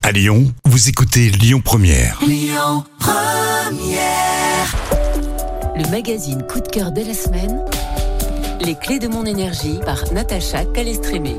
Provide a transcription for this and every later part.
À Lyon, vous écoutez Lyon Première. Lyon Première. Le magazine coup de cœur de la semaine. Les clés de mon énergie par Natacha Calestrémé.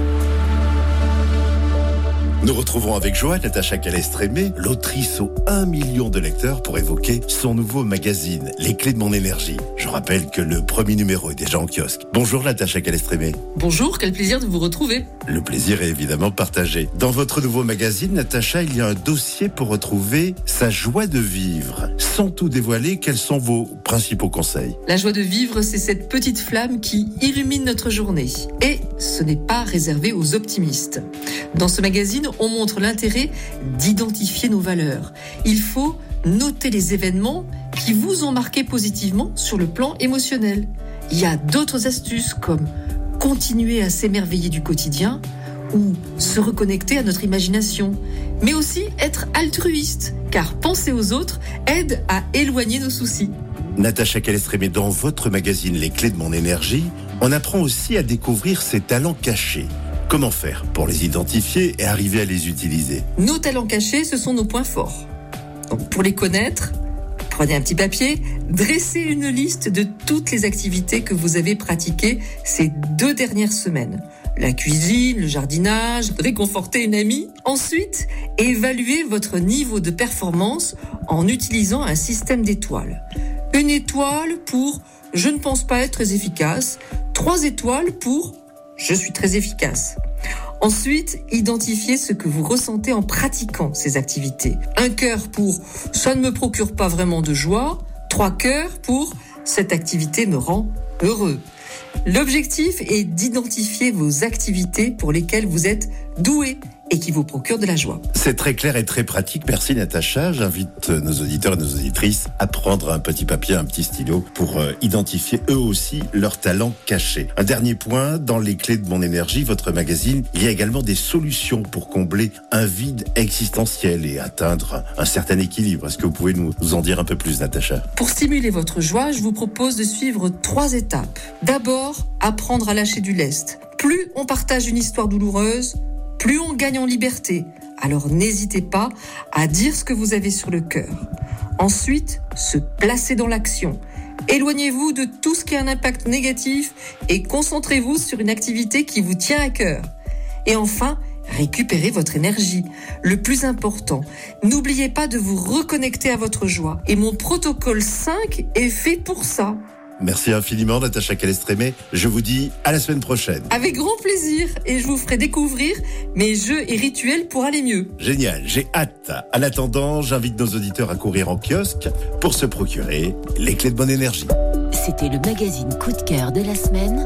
Nous retrouvons avec joie Natacha Calestrémé, l'autrice aux 1 million de lecteurs, pour évoquer son nouveau magazine, Les clés de mon énergie. Je rappelle que le premier numéro est déjà en kiosque. Bonjour Natacha Calestrémé. Bonjour, quel plaisir de vous retrouver. Le plaisir est évidemment partagé. Dans votre nouveau magazine, Natacha, il y a un dossier pour retrouver sa joie de vivre. Sans tout dévoiler, quels sont vos principaux conseils ? La joie de vivre, c'est cette petite flamme qui illumine notre journée. Et ce n'est pas réservé aux optimistes. Dans ce magazine, on montre l'intérêt d'identifier nos valeurs. Il faut noter les événements qui vous ont marqué positivement sur le plan émotionnel. Il y a d'autres astuces comme continuer à s'émerveiller du quotidien ou se reconnecter à notre imagination, mais aussi être altruiste, car penser aux autres aide à éloigner nos soucis. Natacha Calestrémé, dans votre magazine Les clés de mon énergie, on apprend aussi à découvrir ses talents cachés. Comment faire pour les identifier et arriver à les utiliser ? Nos talents cachés, ce sont nos points forts. Donc, pour les connaître, prenez un petit papier, dressez une liste de toutes les activités que vous avez pratiquées ces 2 dernières semaines. La cuisine, le jardinage, réconforter une amie. Ensuite, évaluez votre niveau de performance en utilisant un système d'étoiles. 1 étoile pour « je ne pense pas être très efficace », 3 étoiles pour « je suis très efficace ». Ensuite, identifiez ce que vous ressentez en pratiquant ces activités. 1 cœur pour « ça ne me procure pas vraiment de joie », 3 cœurs pour « cette activité me rend heureux ». L'objectif est d'identifier vos activités pour lesquelles vous êtes doué et qui vous procurent de la joie. C'est très clair et très pratique. Merci Natacha. J'invite nos auditeurs et nos auditrices à prendre un petit papier, un petit stylo pour identifier eux aussi leurs talents cachés. Un dernier point, dans les clés de mon énergie, votre magazine, il y a également des solutions pour combler un vide existentiel et atteindre un certain équilibre. Est-ce que vous pouvez nous en dire un peu plus, Natacha ? Pour stimuler votre joie, je vous propose de suivre 3 étapes. D'abord, apprendre à lâcher du lest. Plus on partage une histoire douloureuse, plus on gagne en liberté. Alors n'hésitez pas à dire ce que vous avez sur le cœur. Ensuite, se placer dans l'action. Éloignez-vous de tout ce qui a un impact négatif et concentrez-vous sur une activité qui vous tient à cœur. Et enfin, récupérez votre énergie. Le plus important, n'oubliez pas de vous reconnecter à votre joie. Et mon protocole 5 est fait pour ça. Merci infiniment Natacha Calestrémé. Je vous dis à la semaine prochaine. Avec grand plaisir, et je vous ferai découvrir mes jeux et rituels pour aller mieux. Génial, j'ai hâte. En attendant, j'invite nos auditeurs à courir en kiosque pour se procurer les clés de bonne énergie. C'était le magazine coup de cœur de la semaine.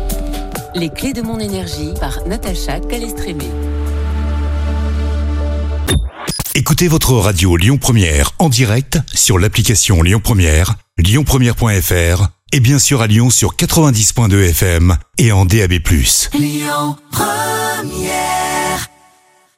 Les clés de mon énergie par Natacha Calestrémé. Écoutez votre radio Lyon Première en direct sur l'application Lyon Première, lyonpremière.fr et bien sûr à Lyon sur 90.2 FM et en DAB+. Lyon Première.